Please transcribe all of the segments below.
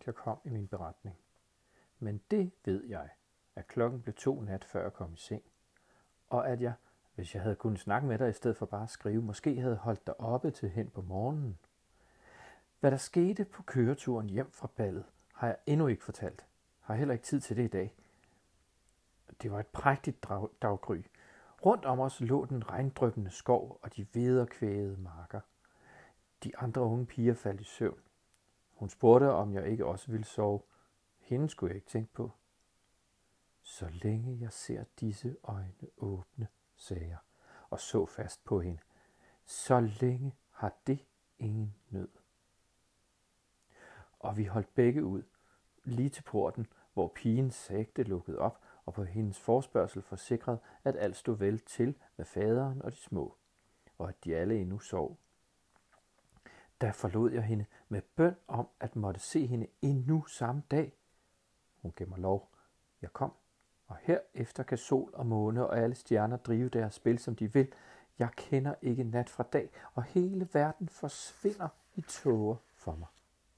jeg kom i min beretning. Men det ved jeg, at klokken blev 2 nat, før jeg kom i seng, og at jeg, hvis jeg havde kunnet snakke med dig i stedet for bare at skrive, måske havde holdt dig oppe til hen på morgenen. Hvad der skete på køreturen hjem fra ballet, har jeg endnu ikke fortalt. Har heller ikke tid til det i dag. Det var et prægtigt daggry. Rundt om os lå den regndryppende skov og de vederkvægede marker. De andre unge piger faldt i søvn. Hun spurgte, om jeg ikke også ville sove. Hende skulle jeg ikke tænke på. Så længe jeg ser disse øjne åbne, sagde jeg, og så fast på hende. Så længe har det ingen nød. Og vi holdt begge ud, lige til porten, hvor pigen sagte lukkede op, og på hendes forspørgsel forsikrede, at alt stod vel til med faderen og de små, og at de alle endnu sov. Da forlod jeg hende med bøn om at måtte se hende endnu samme dag. Hun gav mig lov. Jeg kom, og herefter kan sol og måne og alle stjerner drive deres spil, som de vil. Jeg kender ikke nat fra dag, og hele verden forsvinder i tåger for mig.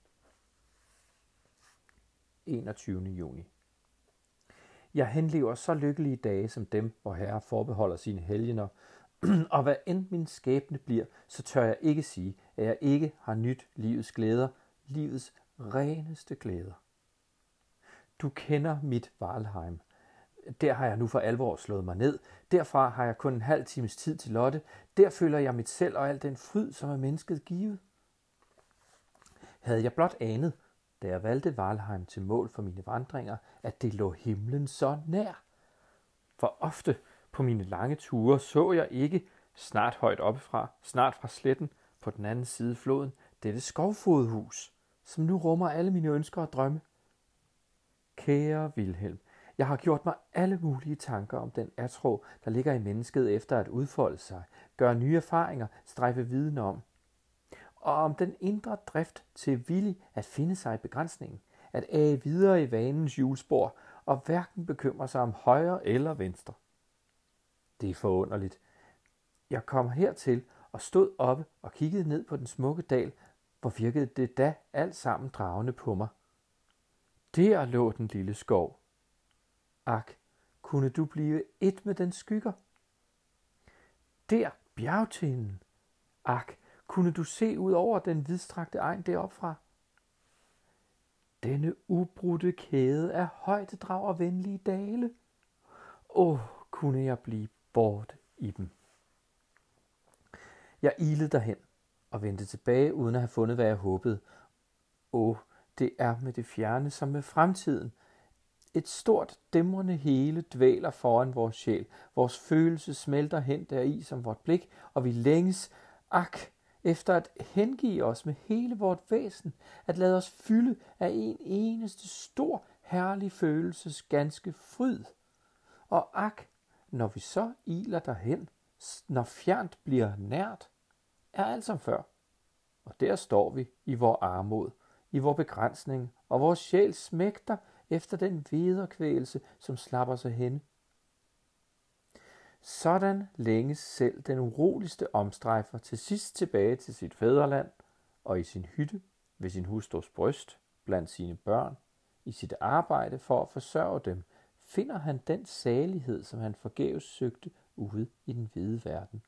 21. juni. Jeg henlever så lykkelige dage som dem, hvor Herre forbeholder sine helgener, og hvad end min skæbne bliver, så tør jeg ikke sige, at jeg ikke har nyt livets glæder, livets reneste glæder. Du kender mit Valheim. Der har jeg nu for alvor slået mig ned. Derfra har jeg kun en halv times tid til Lotte. Der føler jeg mit selv og al den fryd, som er mennesket givet. Havde jeg blot anet, da jeg valgte Valheim til mål for mine vandringer, at det lå himlen så nær. For ofte på mine lange ture så jeg ikke, snart højt oppefra, snart fra sletten, på den anden side floden, dette skovfodhus, som nu rummer alle mine ønsker og drømme. Kære Vilhelm, jeg har gjort mig alle mulige tanker om den atro, der ligger i mennesket efter at udfolde sig, gøre nye erfaringer, strejfe viden om. Og om den indre drift til villig at finde sig i begrænsningen, at age videre i vanens hjulspor og hverken bekymre sig om højre eller venstre. Det er forunderligt. Jeg kom hertil og stod oppe og kiggede ned på den smukke dal, hvor virkede det da alt sammen dragende på mig. Der lå den lille skov. Ak, kunne du blive et med den skygger? Der bjergtinden. Ak, kunne du se ud over den vidstrakte egn deropfra? Denne ubrudte kæde af højdedrag og venlige dale. Kunne jeg blive borte i dem. Jeg ilede derhen og vendte tilbage uden at have fundet, hvad jeg håbede. Det er med det fjerne som med fremtiden. Et stort, dæmrende hele dvæler foran vores sjæl. Vores følelse smelter hen deri som vort blik, og vi længes, efter at hengive os med hele vort væsen, at lade os fylde af en eneste stor, herlig følelses ganske fryd. Og når vi så iler derhen, når fjernt bliver nært, er alt som før. Og der står vi i vor armod, i vor begrænsning, og vores sjæl smægter efter den vederkvægelse, som slapper sig hen. Sådan længes selv den uroligste omstrejfer til sidst tilbage til sit fædreland, og i sin hytte, ved sin hustrus bryst, blandt sine børn, i sit arbejde for at forsørge dem, finder han den salighed, som han forgæves søgte ude i den vide verden.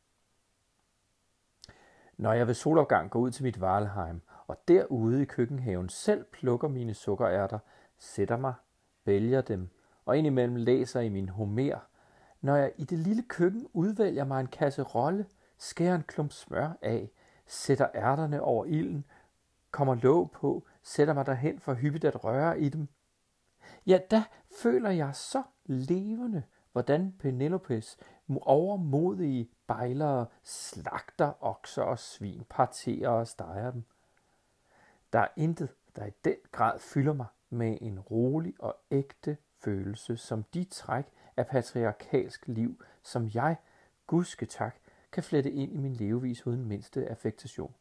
Når jeg ved solopgang går ud til mit Valheim, og derude i køkkenhaven selv plukker mine sukkerærter, sætter mig, vælger dem, og indimellem læser i min Homer, når jeg i det lille køkken udvælger mig en kasserolle, skærer en klump smør af, sætter ærterne over ilden, kommer låg på, sætter mig derhen for hyppigt at røre i dem, ja, da føler jeg så levende, hvordan Penelopes overmodige bejlere slagter okser og svin, parterer og steger dem. Der er intet, der i den grad fylder mig med en rolig og ægte følelse, som de træk af patriarkalsk liv, som jeg, gudske tak, kan flette ind i min levevis uden mindste affektation.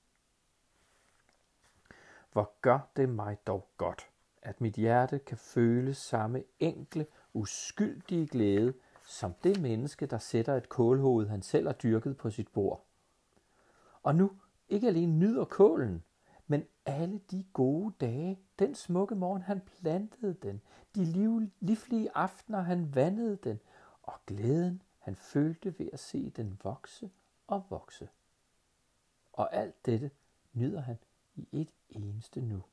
Hvor gør det mig dog godt, at mit hjerte kan føle samme enkle, uskyldige glæde, som det menneske, der sætter et kålhoved, han selv har dyrket på sit bord. Og nu ikke alene nyder kålen, Men alle de gode dage, den smukke morgen han plantede den, de livlige aftener han vandede den, og glæden han følte ved at se den vokse og vokse. Og alt dette nyder han i et eneste nu.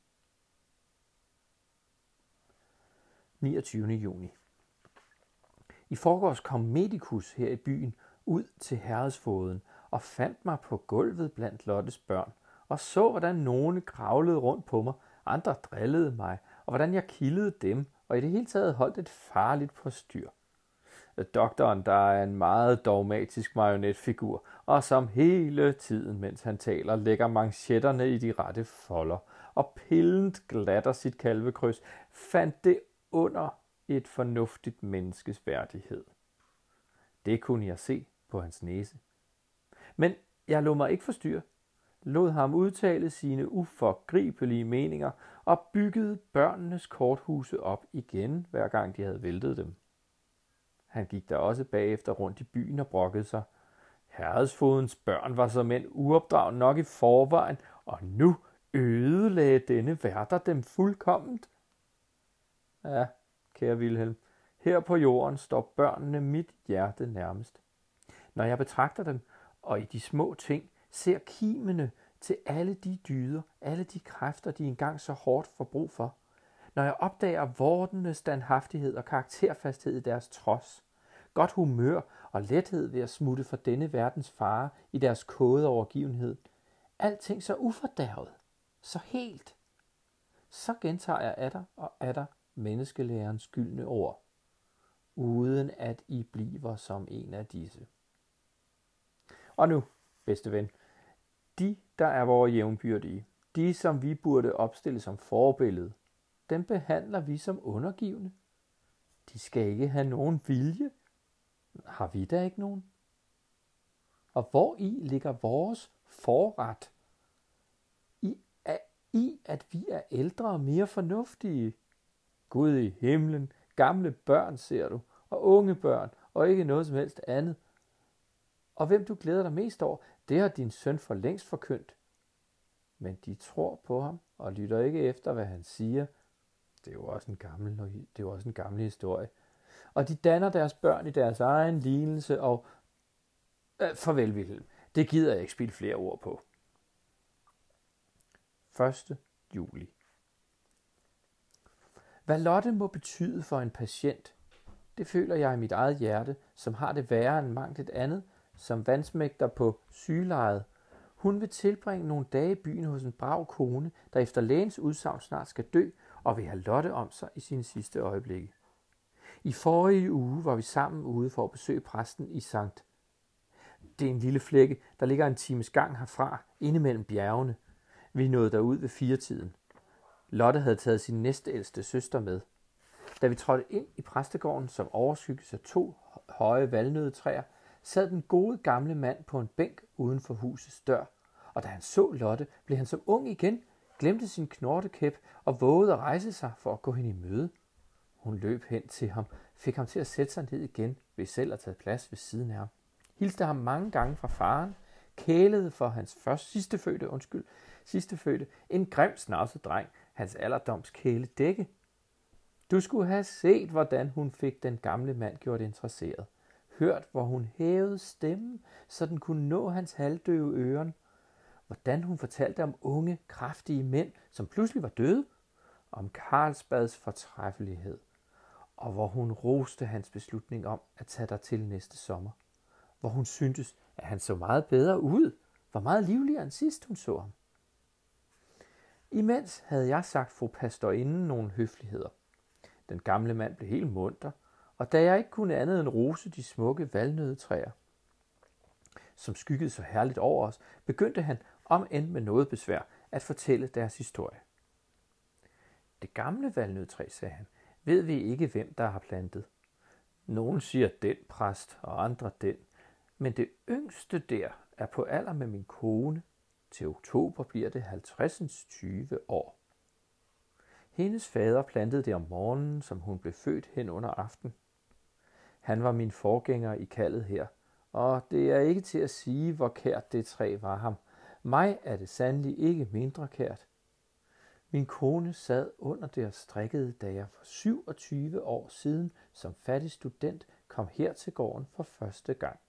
29. juni. I forgårs kom Medikus her i byen ud til herredsfogeden og fandt mig på gulvet blandt Lottes børn, og så, hvordan nogle kravlede rundt på mig, andre drillede mig, og hvordan jeg kildede dem, og i det hele taget holdt et farligt postyr. Doktoren, der er en meget dogmatisk marionetfigur, og som hele tiden, mens han taler, lægger manchetterne i de rette folder, og pillent glatter sit kalvekryds, fandt det under et fornuftigt menneskes værdighed. Det kunne jeg se på hans næse. Men jeg lod mig ikke forstyrre, lod ham udtale sine uforgribelige meninger og byggede børnenes korthuse op igen, hver gang de havde væltet dem. Han gik der også bagefter rundt i byen og brokkede sig. Herredsfogedens børn var såmænd uopdragne nok i forvejen, og nu ødelagde denne værter dem fuldkomment. Ja, kære Vilhelm, her på jorden står børnene mit hjerte nærmest. Når jeg betragter dem, og i de små ting, ser kimene til alle de dyder, alle de kræfter, de engang så hårdt får brug for. Når jeg opdager vordende standhaftighed og karakterfasthed i deres trods, godt humør og lethed ved at smutte for denne verdens fare i deres kode overgivenhed, alting så ufordærvet, så helt, så gentager jeg atter menneskelærens gyldne ord, uden at I bliver som en af disse. Og nu, bedste ven, de, der er vores jævnbyrdige, de, som vi burde opstille som forbillede, dem behandler vi som undergivne. De skal ikke have nogen vilje. Har vi da ikke nogen? Og hvor i ligger vores forret? I, at vi er ældre og mere fornuftige. Gud i himlen, gamle børn ser du, og unge børn, og ikke noget som helst andet. Og hvem du glæder dig mest over, det har din søn for længst forkyndt. Men de tror på ham, og lytter ikke efter, hvad han siger. Det er jo også en gammel historie. Og de danner deres børn i deres egen lignelse, og farvel Vilhelm, det gider jeg ikke spille flere ord på. 1. juli. Hvad Lotte må betyde for en patient, det føler jeg i mit eget hjerte, som har det værre end mangt et andet, som vandsmægter på sygelejet. Hun vil tilbringe nogle dage i byen hos en brav kone, der efter lægens udsagn snart skal dø, og vil have Lotte om sig i sine sidste øjeblikke. I forrige uge var vi sammen ude for at besøge præsten i Sankt. Det er en lille flække, der ligger en times gang herfra, inde mellem bjergene. Vi nåede derud ved 4-tiden. Lotte havde taget sin næstældste søster med. Da vi trådte ind i præstegården, som overskygges af 2 høje valnødetræer, sad den gode gamle mand på en bænk uden for husets dør, og da han så Lotte, blev han som ung igen, glemte sin knortekæp og vågede at rejse sig for at gå hende i møde. Hun løb hen til ham, fik ham til at sætte sig ned igen, ved selv at tage plads ved siden af ham. Hilste ham mange gange fra faren, kælede for hans sidstefødte, en grim snavset dreng, hans alderdoms kæledække. Du skulle have set, hvordan hun fik den gamle mand gjort interesseret. Hørt, hvor hun hævede stemmen, så den kunne nå hans halvdøve øren. Hvordan hun fortalte om unge, kraftige mænd, som pludselig var døde. Om Carlsbads fortræffelighed. Og hvor hun roste hans beslutning om at tage der til næste sommer. Hvor hun syntes, at han så meget bedre ud, var meget livligere end sidst hun så ham. Imens havde jeg sagt fru pastorinden nogle høfligheder. Den gamle mand blev helt munter, og da jeg ikke kunne andet end rose de smukke valnødetræer, som skyggede så herligt over os, begyndte han, om end med noget besvær, at fortælle deres historie. Det gamle valnødetræ, sagde han, ved vi ikke, hvem der har plantet. Nogen siger den præst, og andre den, men det yngste der er på alder med min kone. Til oktober bliver det 50-20 år. Hendes fader plantede det om morgenen, som hun blev født hen under aften. Han var min forgænger i kaldet her, og det er ikke til at sige, hvor kært det træ var ham. Mig er det sandelig ikke mindre kært. Min kone sad under det og strikkede, da jeg for 27 år siden som fattig student kom her til gården for første gang.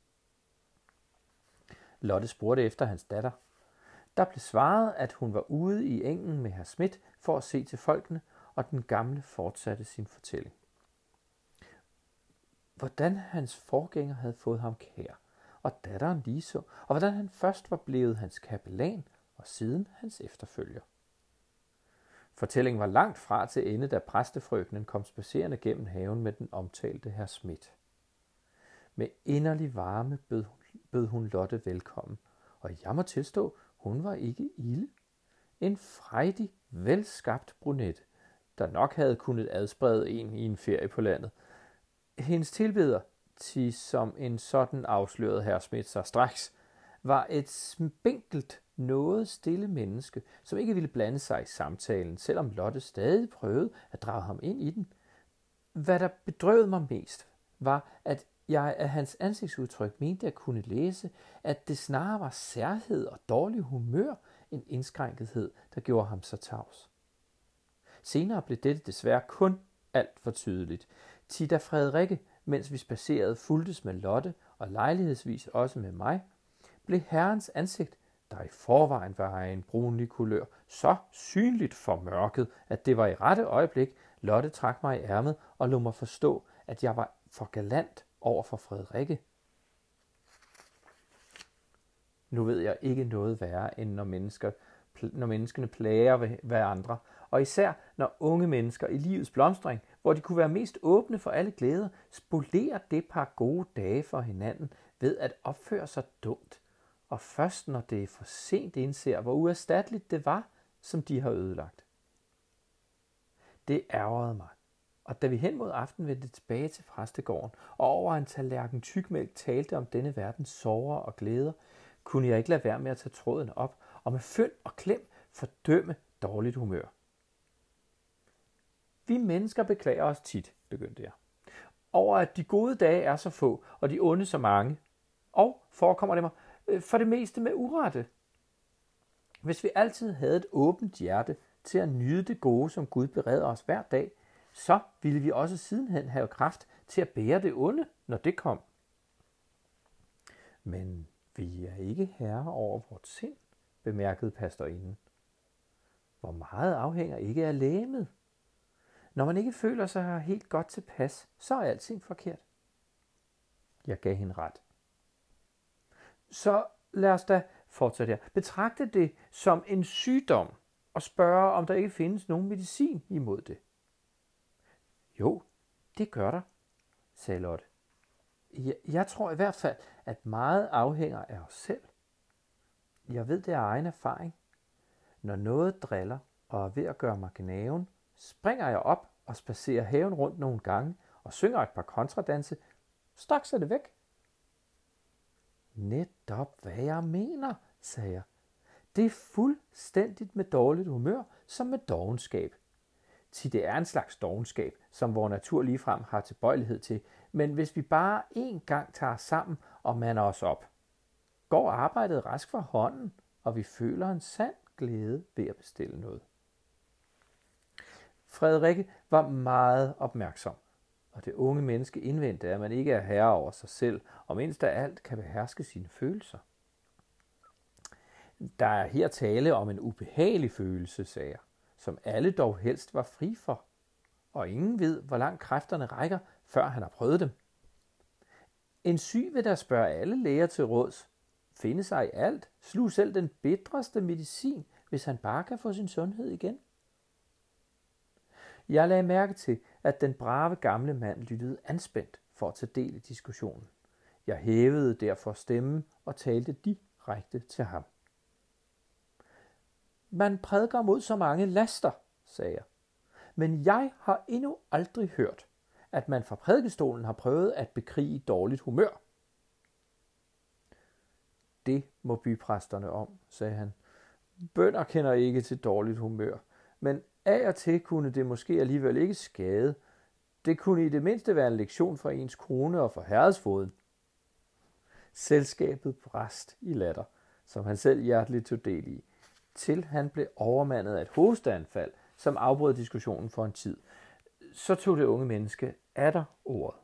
Lotte spurgte efter hans datter. Der blev svaret, at hun var ude i engen med herr Schmidt for at se til folkene, og den gamle fortsatte sin fortælling. Hvordan hans forgænger havde fået ham kær, og datteren ligeså, og hvordan han først var blevet hans kapellan, og siden hans efterfølger. Fortællingen var langt fra til ende, da præstefrøkenen kom spacerende gennem haven med den omtalte herr Schmidt. Med inderlig varme bød hun Lotte velkommen, og jeg må tilstå, hun var ikke ilde. En frejdig, velskabt brunette, der nok havde kunnet adsprede en i en ferie på landet. Hendes tilbeder, som en sådan afslørede herr Schmidt sig straks, var et spinkelt, noget stille menneske, som ikke ville blande sig i samtalen, selvom Lotte stadig prøvede at drage ham ind i den. Hvad der bedrøvede mig mest, var, at jeg af hans ansigtsudtryk mente at kunne læse, at det snarere var særhed og dårlig humør end indskrænkethed, der gjorde ham så tavs. Senere blev dette desværre kun alt for tydeligt. Da Frederikke, mens vi spacerede, fulgtes med Lotte og lejlighedsvis også med mig, blev herrens ansigt, der i forvejen var af en brunlig kulør, så synligt formørket, at det var i rette øjeblik, Lotte trak mig i ærmet og lod mig forstå, at jeg var for galant over for Frederikke. Nu ved jeg ikke noget værre, end når menneskene plager hverandre, og især når unge mennesker i livets blomstring, hvor de kunne være mest åbne for alle glæder, spolerer det par gode dage for hinanden ved at opføre sig dumt, og først når det er for sent indser, hvor uerstatteligt det var, som de har ødelagt. Det ærgerede mig, og da vi hen mod aften vendte tilbage til præstegården, og over en tallerken tykmælk talte om denne verdens sorger og glæder, kunne jeg ikke lade være med at tage tråden op, og med fynd og klem fordømme dårligt humør. Vi mennesker beklager os tit, begyndte jeg, over at de gode dage er så få, og de onde så mange, og forekommer det mig for det meste med urette. Hvis vi altid havde et åbent hjerte til at nyde det gode, som Gud bereder os hver dag, så ville vi også sidenhen have kraft til at bære det onde, når det kom. Men vi er ikke herre over vort sind, bemærkede pastorinden. Hvor meget afhænger ikke af legemet? Når man ikke føler sig helt godt tilpas, så er alting forkert. Jeg gav hende ret. Så lad os da, fortsætte jeg, betragte det som en sygdom og spørge, om der ikke findes nogen medicin imod det. Jo, det gør der, sagde Lotte. Jeg tror i hvert fald, at meget afhænger af os selv. Jeg ved det af egen erfaring. Når noget driller og er ved at gøre mig gnaven, springer jeg op og spacerer haven rundt nogle gange og synger et par kontradanse. Straks er det væk. Netop hvad jeg mener, sagde jeg. Det er fuldstændigt med dårligt humør som med dovenskab. Det er en slags dovenskab, som vor natur ligefrem har tilbøjelighed til, men hvis vi bare en gang tager sammen og mander os op, går arbejdet rask fra hånden, og vi føler en sand glæde ved at bestille noget. Frederikke var meget opmærksom, og det unge menneske indvendte, at man ikke er herre over sig selv, og mindst af alt kan beherske sine følelser. Der er her tale om en ubehagelig følelse, sagde jeg, som alle dog helst var fri for, og ingen ved, hvor langt kræfterne rækker, før han har prøvet dem. En syg vil da spørge alle læger til råds, finde sig i alt, sluge selv den bitreste medicin, hvis han bare kan få sin sundhed igen. Jeg lagde mærke til, at den brave gamle mand lyttede anspændt for at tage del i diskussionen. Jeg hævede derfor stemmen og talte direkte til ham. Man prædiker mod så mange laster, sagde jeg, men jeg har endnu aldrig hørt, at man fra prædikestolen har prøvet at bekrige dårligt humør. Det må bypræsterne om, sagde han. Bønder kender ikke til dårligt humør, men af og til kunne det måske alligevel ikke skade. Det kunne i det mindste være en lektion fra ens kone og fra herredsfoden. Selskabet brast i latter, som han selv hjerteligt tog del i. til han blev overmandet af et hosteanfald, som afbrød diskussionen for en tid. Så tog det unge menneske atter ordet.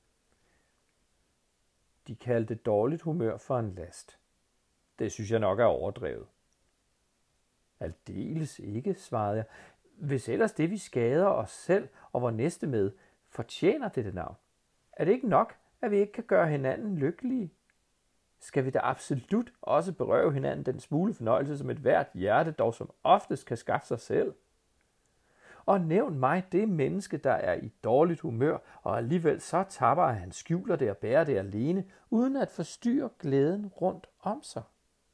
De kaldte dårligt humør for en last. Det synes jeg nok er overdrevet. Aldeles ikke, svarede jeg. Hvis ellers det, vi skader os selv og vor næste med, fortjener dette navn. Er det ikke nok, at vi ikke kan gøre hinanden lykkelige? Skal vi da absolut også berøve hinanden den smule fornøjelse, som et hvert hjerte dog som oftest kan skaffe sig selv? Og nævn mig det menneske, der er i dårligt humør, og alligevel så tapper, at han skjuler det og bærer det alene, uden at forstyrre glæden rundt om sig.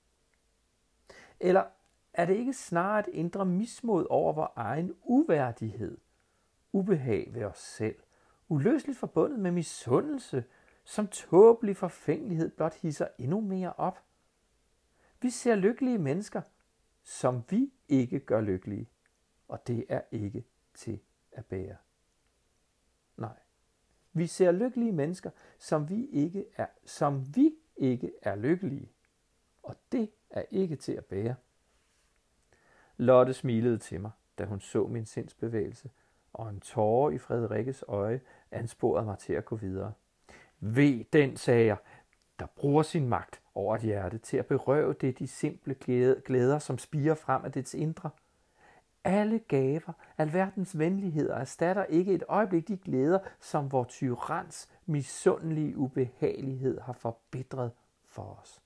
Eller er det ikke snarere et indre mismod over vor egen uværdighed, ubehag ved os selv, uløseligt forbundet med misundelse, som tåbelig forfængelighed blot hisser endnu mere op? Vi ser lykkelige mennesker, som vi ikke gør lykkelige, og det er ikke til at bære. Nej, vi ser lykkelige mennesker, som vi ikke er lykkelige, og det er ikke til at bære. Lotte smilede til mig, da hun så min sindsbevægelse, og en tåre i Frederikkes øje ansporede mig til at gå videre. Ved den, sagde jeg, der bruger sin magt over et hjerte til at berøve det de simple glæder, som spirer frem af dets indre. Alle gaver, alverdens venligheder erstatter ikke et øjeblik de glæder, som vor tyrans misundelige ubehagelighed har forbitret for os.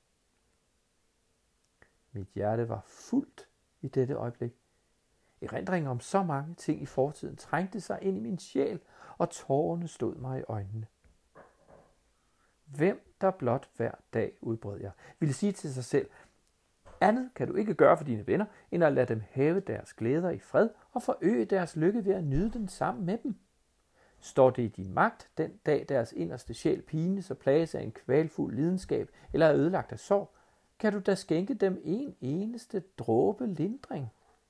Mit hjerte var fuldt i dette øjeblik. Erindringen om så mange ting i fortiden trængte sig ind i min sjæl, og tårerne stod mig i øjnene. Hvem der blot hver dag, udbrød jeg, ville sige til sig selv, andet kan du ikke gøre for dine venner, end at lade dem have deres glæder i fred og forøge deres lykke ved at nyde den sammen med dem. Står det i din magt, den dag deres inderste sjæl pines og plages af en kvalfuld lidenskab eller er ødelagt af sorg, kan du da skænke dem en eneste dråbe lindring.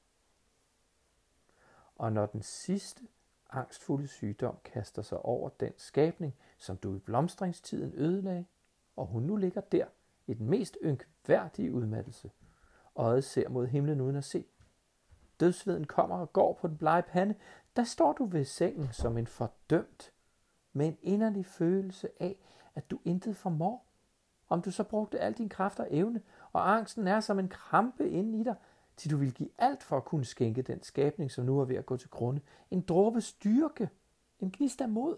Og når den sidste angstfulde sygdom kaster sig over den skabning, som du i blomstringstiden ødelagde, og hun nu ligger der i den mest ynkværdige udmattelse, øjet ser mod himlen uden at se. Dødsveden kommer og går på den blege pande, der står du ved sengen som en fordømt, med en inderlig følelse af, at du intet formår. Om du så brugte al din kraft og evne, og angsten er som en krampe inde i dig, til du vil give alt for at kunne skænke den skabning, som nu er ved at gå til grunde, en dråbe styrke, en gnist af mod.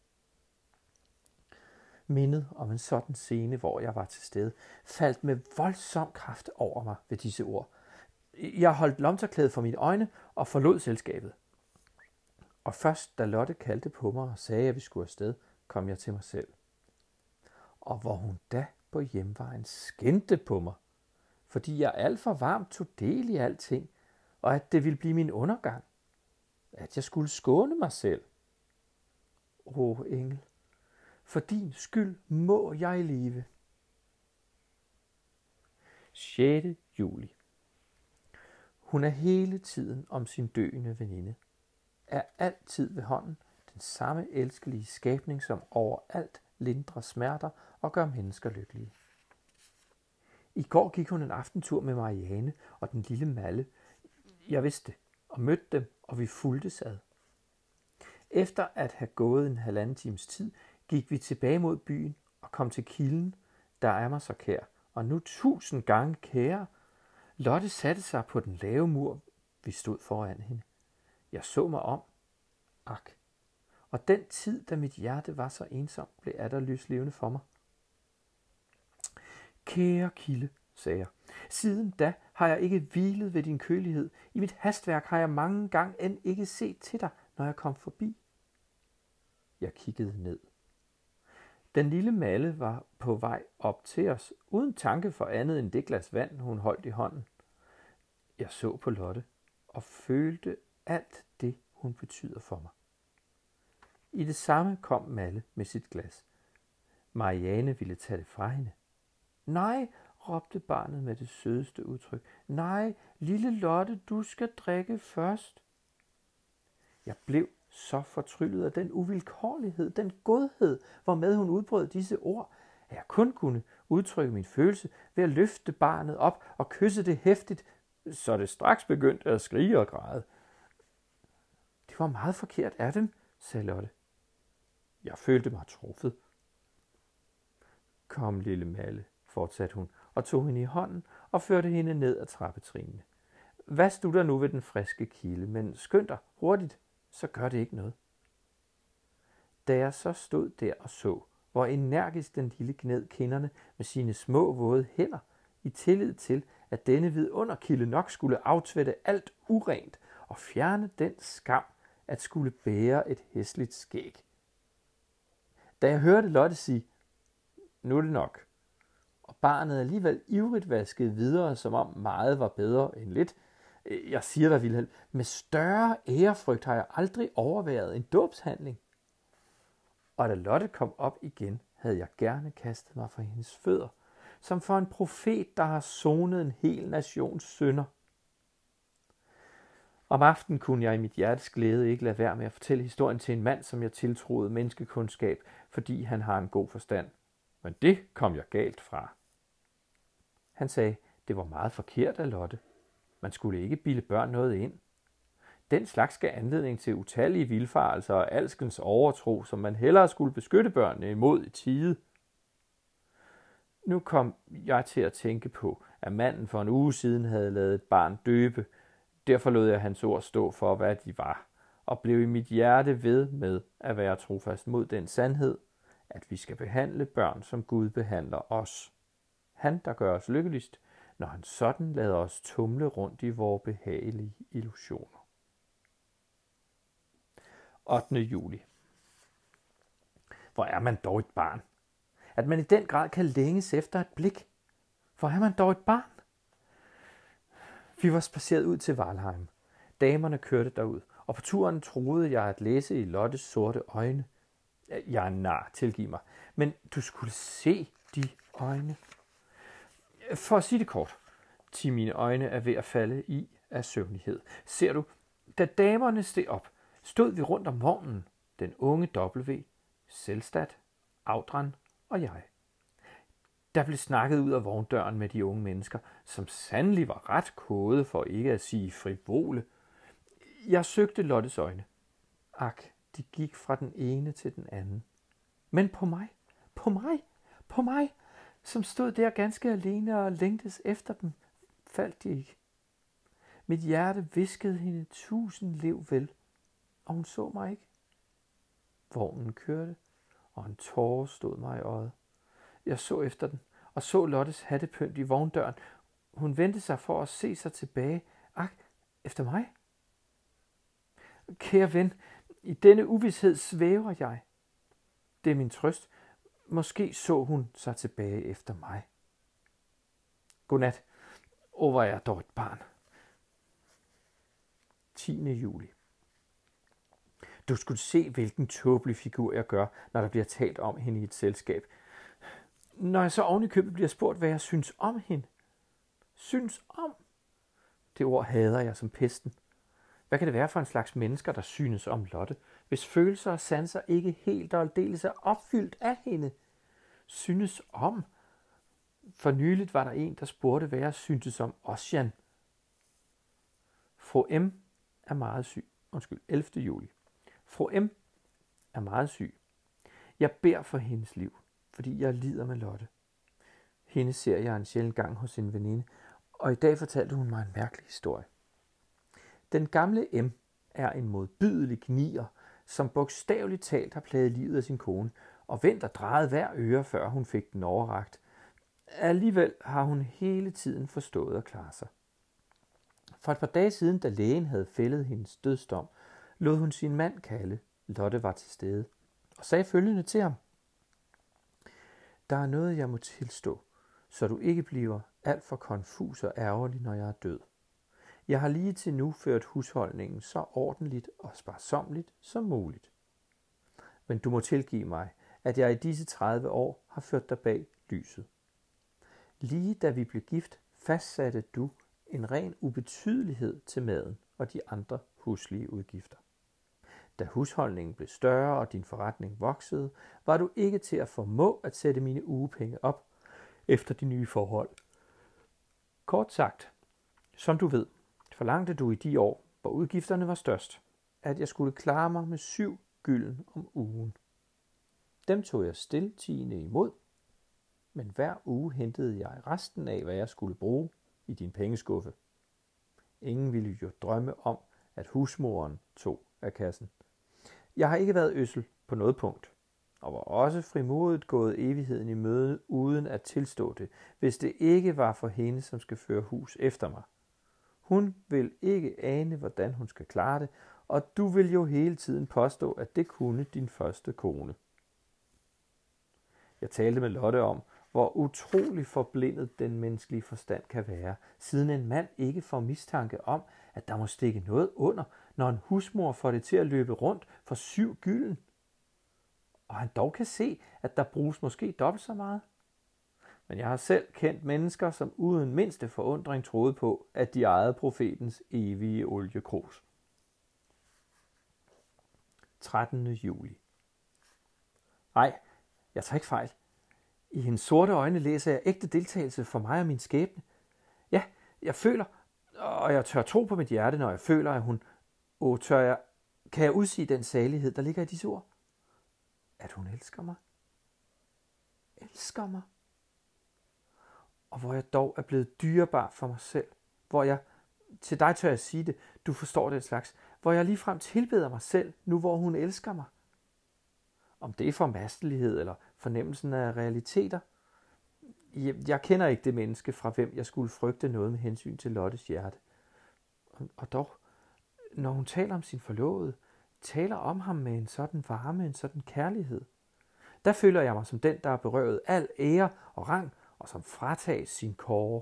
Mindet om en sådan scene, hvor jeg var til stede, faldt med voldsom kraft over mig ved disse ord. Jeg holdt lomterklædet for mine øjne og forlod selskabet. Og først, da Lotte kaldte på mig og sagde, at vi skulle afsted, kom jeg til mig selv. Og hvor hun da på hjemvejen skændte på mig, fordi jeg alt for varmt tog del i alting, og at det ville blive min undergang, at jeg skulle skåne mig selv. Engel, for din skyld må jeg leve. 6. juli. Hun er hele tiden om sin døende veninde, er altid ved hånden, den samme elskelige skabning, som overalt lindrer smerter og gør mennesker lykkelige. I går gik hun en aftentur med Mariane og den lille Malle. Jeg vidste det, og mødte dem, og vi fulgtes ad. Efter at have gået en 1,5 times tid, gik vi tilbage mod byen og kom til kilden, der er mig så kær, og nu 1000 gange kære. Lotte satte sig på den lave mur, vi stod foran hende. Jeg så mig om. Ak. Og den tid, da mit hjerte var så ensom, blev atter lyslevende for mig. Kære kilde, sagde jeg, siden da har jeg ikke hvilet ved din kølighed. I mit hastværk har jeg mange gange end ikke set til dig, når jeg kom forbi. Jeg kiggede ned. Den lille Malle var på vej op til os, uden tanke for andet end det glas vand, hun holdt i hånden. Jeg så på Lotte og følte alt det, hun betyder for mig. I det samme kom Malle med sit glas. Mariane ville tage det fra hende. Nej, råbte barnet med det sødeste udtryk. Nej, lille Lotte, du skal drikke først. Jeg blev så fortryllet af den uvilkårlighed, den godhed, hvormed hun udbrød disse ord, at jeg kun kunne udtrykke min følelse ved at løfte barnet op og kysse det hæftigt, så det straks begyndte at skrige og græde. Det var meget forkert af dem, sagde Lotte. Jeg følte mig truffet. Kom, lille Malle, fortsatte hun, og tog hende i hånden og førte hende ned ad trappetrinene. Vask du dig nu ved den friske kilde, men skynd dig hurtigt, så gør det ikke noget. Da jeg så stod der og så, hvor energisk den lille gned kinderne med sine små våde hænder, i tillid til, at denne vidunderkilde nok skulle aftvætte alt urent og fjerne den skam, at skulle bære et hæsligt skæg. Da jeg hørte Lotte sige, nu er det nok, og barnet alligevel ivrigt vaskede videre, som om meget var bedre end lidt, jeg siger dig, Vilhelm, med større ærefrygt har jeg aldrig overværet en dåbshandling. Og da Lotte kom op igen, havde jeg gerne kastet mig for hendes fødder, som for en profet, der har sonet en hel nations synder. Om aftenen kunne jeg i mit hjertes glæde ikke lade være med at fortælle historien til en mand, som jeg tiltroede menneskekundskab, fordi han har en god forstand. Men det kom jeg galt fra. Han sagde, det var meget forkert af Lotte. Man skulle ikke bilde børn noget ind. Den slags gav anledning til utallige vildfarelser og alskens overtro, som man hellere skulle beskytte børnene imod i tide. Nu kom jeg til at tænke på, at manden for en uge siden havde ladet et barn døbe. Derfor lod jeg hans ord stå for, hvad de var, og blev i mit hjerte ved med at være trofast mod den sandhed, at vi skal behandle børn, som Gud behandler os. Han, der gør os lykkeligst, når han sådan lader os tumle rundt i vores behagelige illusioner. 8. juli. Hvor er man dog et barn? At man i den grad kan længes efter et blik. Hvor er man dog et barn? Vi var spaceret ud til Valheim. Damerne kørte derud, og på turen troede jeg at læse i Lottes sorte øjne. Jeg er nar, tilgiv mig. Men du skulle se de øjne. For at sige det kort, til mine øjne er ved at falde i af søvnighed. Ser du, da damerne steg op, stod vi rundt om vognen, den unge W, Selvstat, Audran og jeg. Der blev snakket ud af vogndøren med de unge mennesker, som sandelig var ret kode for ikke at sige frivole. Jeg søgte Lottes øjne. Ak, de gik fra den ene til den anden. Men på mig, som stod der ganske alene og længtes efter dem, faldt de ikke. Mit hjerte viskede hende 1000 lev vel, og hun så mig ikke. Vognen kørte, og en tåre stod mig i øjet. Jeg så efter den, og så Lottes hattepynt i vogndøren. Hun vendte sig for at se sig tilbage. Ak, efter mig? Kære ven, i denne uvished svæver jeg. Det er min trøst. Måske så hun sig tilbage efter mig. Godnat. Hvor er jeg dog et barn. 10. juli. Du skulle se, hvilken tåbelig figur jeg gør, når der bliver talt om hende i et selskab. Når jeg så oven i købet bliver spurgt, hvad jeg synes om hende. Synes om? Det ord hader jeg som pesten. Hvad kan det være for en slags mennesker, der synes om Lotte, hvis følelser og sanser ikke helt og aldeles er opfyldt af hende? Synes om? For nyligt var der en, der spurgte, hvad jeg syntes om Ossian. Fru M. er meget syg. 11. juli. Fru M. er meget syg. Jeg beder for hendes liv, fordi jeg lider med Lotte. Hende ser jeg en sjælden gang hos en veninde, og i dag fortalte hun mig en mærkelig historie. Den gamle M. er en modbydelig gnier, som bogstaveligt talt har plaget livet af sin kone, og vendt og drejet hver øre, før hun fik den overrakt. Alligevel har hun hele tiden forstået at klare sig. For et par dage siden, da lægen havde fældet hendes dødsdom, lod hun sin mand kalde. Lotte var til stede, og sagde følgende til ham. Der er noget, jeg må tilstå, så du ikke bliver alt for konfus og ærgerlig, når jeg er død. Jeg har lige til nu ført husholdningen så ordentligt og sparsomligt som muligt. Men du må tilgive mig, at jeg i disse 30 år har ført dig bag lyset. Lige da vi blev gift, fastsatte du en ren ubetydelighed til maden og de andre huslige udgifter. Da husholdningen blev større og din forretning voksede, var du ikke til at formå at sætte mine ugepenge op efter de nye forhold. Kort sagt, Som du ved, forlangte du i de år, hvor udgifterne var størst, at jeg skulle klare mig med 7 gylden om ugen. Dem tog jeg stiltiende imod, men hver uge hentede jeg resten af, hvad jeg skulle bruge i din pengeskuffe. Ingen ville jo drømme om, at husmoren tog af kassen. Jeg har ikke været ødsel på noget punkt, og var også frimodigt gået evigheden i møde, uden at tilstå det, hvis det ikke var for hende, som skal føre hus efter mig. Hun vil ikke ane, hvordan hun skal klare det, og du vil jo hele tiden påstå, at det kunne din første kone. Jeg talte med Lotte om, hvor utrolig forblindet den menneskelige forstand kan være, siden en mand ikke får mistanke om, at der må stikke noget under, når en husmor får det til at løbe rundt for 7 gylden. Og han dog kan se, at der bruges måske dobbelt så meget. Men jeg har selv kendt mennesker, som uden mindste forundring troede på, at de ejede profetens evige oliekrus. 13. juli. Nej, jeg tager ikke fejl. I hendes sorte øjne læser jeg ægte deltagelse for mig og min skæbne. Ja, jeg føler, og jeg tør tro på mit hjerte, når jeg føler, at hun... kan jeg udsige den salighed, der ligger i disse ord? At hun elsker mig. Elsker mig. Og hvor jeg dog er blevet dyrebar for mig selv. Hvor jeg, til dig tør jeg sige det, du forstår den slags, hvor jeg ligefrem tilbeder mig selv, nu hvor hun elsker mig. Om det er formastelighed eller fornemmelsen af realiteter. Jeg kender ikke det menneske, fra hvem jeg skulle frygte noget med hensyn til Lottes hjerte. Og dog, når hun taler om sin forlovede, taler om ham med en sådan varme, en sådan kærlighed, der føler jeg mig som den, der er berøvet al ære og rang, og som fratages sin kåre.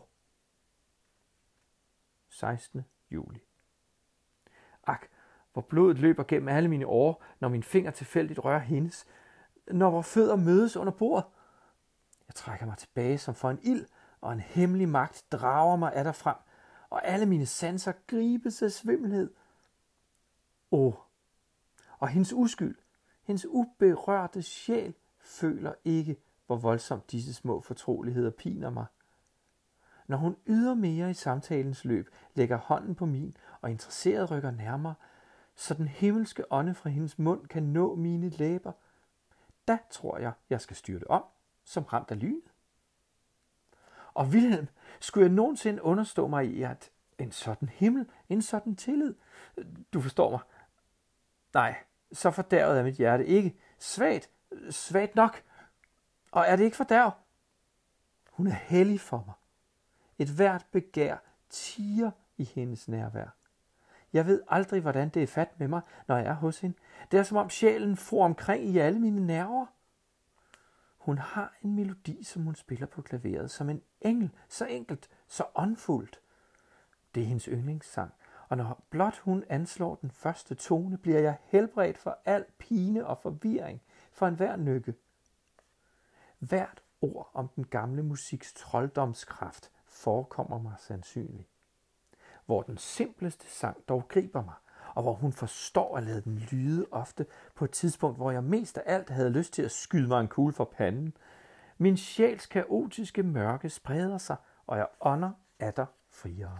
16. juli. Ak, hvor blodet løber gennem alle mine årer, når min finger tilfældigt rører hendes, når vores fødder mødes under bordet. Jeg trækker mig tilbage som for en ild, og en hemmelig magt drager mig af derfrem, og alle mine sanser gribes af svimmelhed. Og hendes uskyld, hendes uberørte sjæl, føler ikke, hvor voldsomt disse små fortroligheder piner mig. Når hun ydermere i samtalens løb lægger hånden på min, og interesseret rykker nærmere, så den himmelske ånde fra hendes mund kan nå mine læber, da tror jeg skal styrte om, som ramt af lynet. Og Wilhelm, skulle jeg nogensinde understå mig i, at en sådan himmel, en sådan tillid, du forstår mig? Nej, så fordærvet er mit hjerte ikke. Svagt nok. Og er det ikke fordærv? Hun er hellig for mig. Et hvert begær tiger i hendes nærvær. Jeg ved aldrig, hvordan det er fat med mig, når jeg er hos hende. Det er som om sjælen får omkring i alle mine nerver. Hun har en melodi, som hun spiller på klaveret, som en engel, så enkelt, så åndfuldt. Det er hendes yndlingssang, og når blot hun anslår den første tone, bliver jeg helbredt for al pine og forvirring, for enhver nykke. Hvert ord om den gamle musiks trolddomskraft forekommer mig sandsynlig. Hvor den simpleste sang dog griber mig, og hvor hun forstår at lade den lyde ofte på et tidspunkt, hvor jeg mest af alt havde lyst til at skyde mig en kugle for panden. Min sjæls kaotiske mørke spreder sig, og jeg ånder atter friere.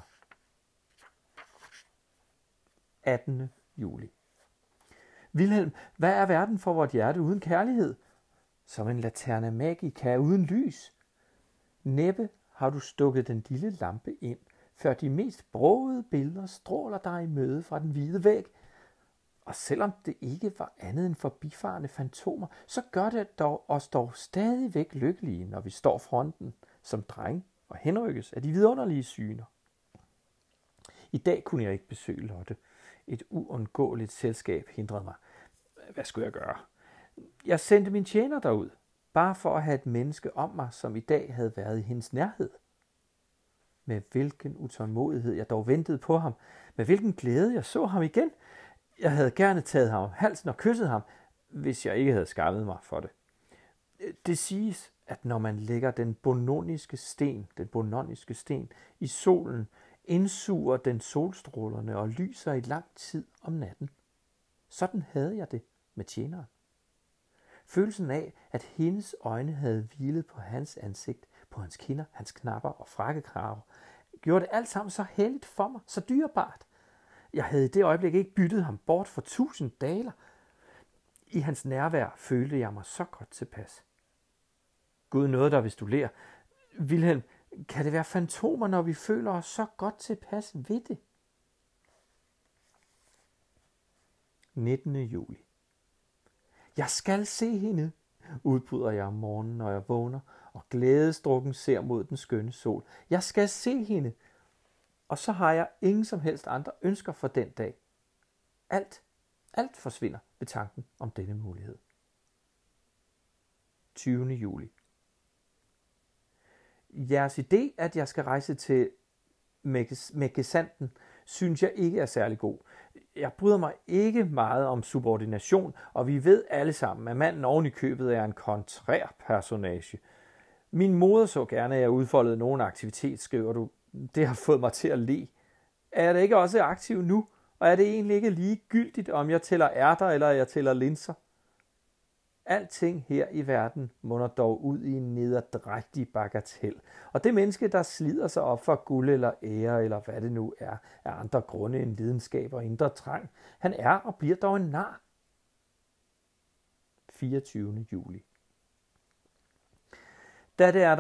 18. juli. Wilhelm, hvad er verden for vort hjerte uden kærlighed? Som en laterna magica uden lys. Næppe har du stukket den lille lampe ind, før de mest brogede billeder stråler dig i møde fra den hvide væg. Og selvom det ikke var andet end forbifarende fantomer, så gør det dog os dog stadigvæk lykkelige, når vi står fronten som dreng og henrykkes af de vidunderlige syner. I dag kunne jeg ikke besøge Lotte. Et uundgåeligt selskab hindrede mig. Hvad skulle jeg gøre? Jeg sendte min tjener derud, bare for at have et menneske om mig, som i dag havde været i hendes nærhed. Med hvilken utålmodighed jeg dog ventede på ham. Med hvilken glæde jeg så ham igen. Jeg havde gerne taget ham om halsen og kysset ham, hvis jeg ikke havde skammet mig for det. Det siges, at når man lægger den bononiske sten i solen, indsuger den solstrålerne og lyser i lang tid om natten. Sådan havde jeg det med tjeneren. Følelsen af, at hendes øjne havde hvilet på hans ansigt, på hans kinder, hans knapper og frakkekraver, gjorde det alt sammen så helligt for mig, så dyrebart. Jeg havde i det øjeblik ikke byttet ham bort for 1000 daler. I hans nærvær følte jeg mig så godt tilpas. Gud nåede dig, hvis du ler. Vilhelm, kan det være fantomer, når vi føler os så godt tilpas ved det? 19. juli. Jeg skal se hende, udbryder jeg om morgenen, når jeg vågner, og glædesdrukken ser mod den skønne sol. Jeg skal se hende, og så har jeg ingen som helst andre ønsker for den dag. Alt forsvinder ved tanken om denne mulighed. 20. juli. Jeres idé, at jeg skal rejse til Mækkesanten, synes jeg ikke er særlig god. Jeg bryder mig ikke meget om subordination, og vi ved alle sammen, at manden oven i købet er en kontrær personage. Min moder så gerne, at jeg udfoldede nogen aktivitet, skriver du. Det har fået mig til at le. Er jeg da ikke også aktiv nu? Og er det egentlig ikke ligegyldigt, om jeg tæller ærter eller jeg tæller linser? Alting her i verden munder dog ud i en nederdrægtig bagatel. Og det menneske, der slider sig op for guld eller ære, eller hvad det nu er, af andre grunde end lidenskab og indre trang, han er og bliver dog en nar. 24. juli. Da det er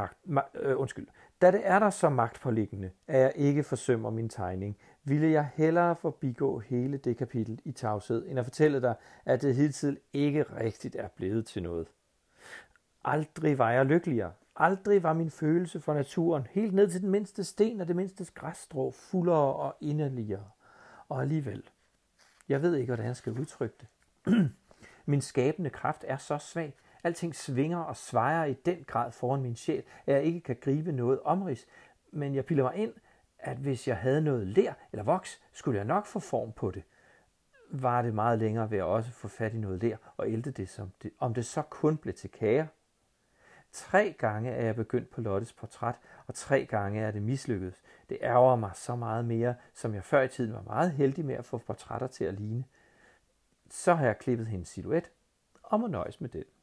der så magtpåliggende, at jeg ikke forsømmer min tegning, ville jeg hellere forbigå hele det kapitel i tavshed, end at fortælle dig, at det hidtil ikke rigtigt er blevet til noget. Aldrig var jeg lykkeligere. Aldrig var min følelse for naturen, helt ned til den mindste sten og det mindste græsstrå, fuldere og inderligere. Og alligevel, jeg ved ikke, hvordan jeg skal udtrykke det. Min skabende kraft er så svag. Alting svinger og svejer i den grad foran min sjæl, at jeg ikke kan gribe noget omrids. Men jeg piller mig ind, at hvis jeg havde noget ler eller voks, skulle jeg nok få form på det. Var det meget længere ved at også få fat i noget ler og ælte det, om det så kun blev til kager. 3 gange er jeg begyndt på Lottes portræt, og 3 gange er det mislykkedes. Det ærger mig så meget mere, som jeg før i tiden var meget heldig med at få portrætter til at ligne. Så har jeg klippet hendes silhuet, og må nøjes med den.